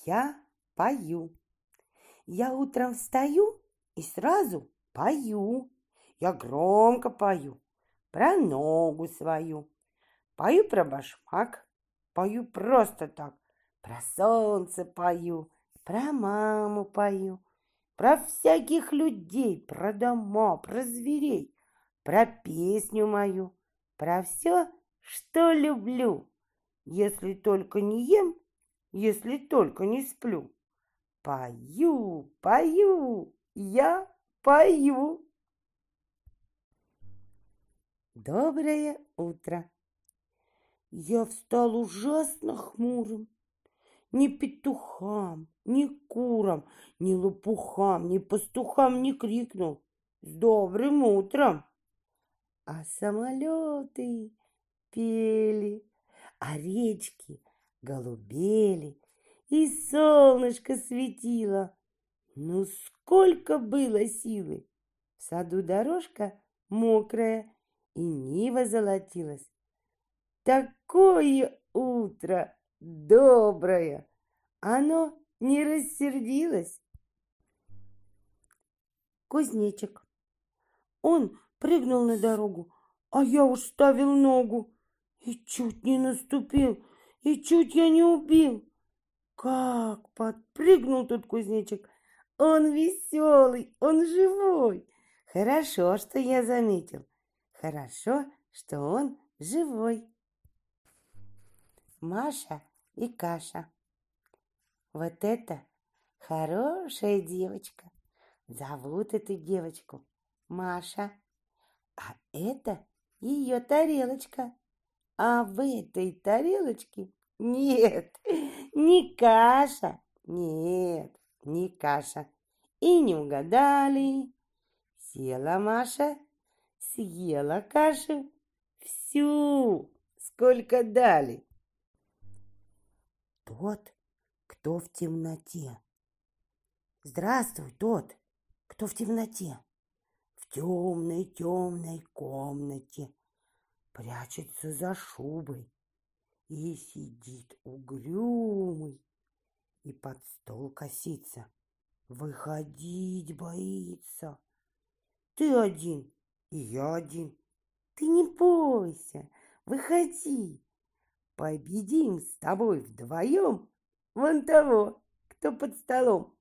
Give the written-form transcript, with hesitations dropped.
Я пою. Я утром встаю и сразу пою. Я громко пою про ногу свою. Пою про башмак, пою просто так. Про солнце пою, про маму пою. Про всяких людей, про дома, про зверей. Про песню мою, про все, что люблю. Если только не ем, если только не сплю. Пою, пою, я пою. Доброе утро. Я встал ужасно хмурым. Ни петухам, ни курам, ни лопухам, ни пастухам не крикнул с добрым утром. А самолеты пели, а речки голубели, и солнышко светило. Ну, сколько было силы! В саду дорожка мокрая, и нива золотилась. Такое утро доброе! Оно не рассердилось. Кузнечик. Он прыгнул на дорогу, а я уж ставил ногу. И чуть не наступил, и чуть я не убил. Как подпрыгнул тот кузнечик! Он веселый, он живой. Хорошо, что я заметил. Хорошо, что он живой. Маша и Каша. Вот это хорошая девочка. Зовут эту девочку Маша. А это ее тарелочка. А в этой тарелочке нет, не каша. Нет, не каша. И не угадали. Села Маша, съела кашу всю, сколько дали. Тот, кто в темноте. Здравствуй, тот, кто в темноте. В темной комнате прячется за шубой и сидит угрюмый, и под стол косится, выходить боится. Ты один, и я один. Ты не бойся, выходи. Победим с тобой вдвоем вон того, кто под столом.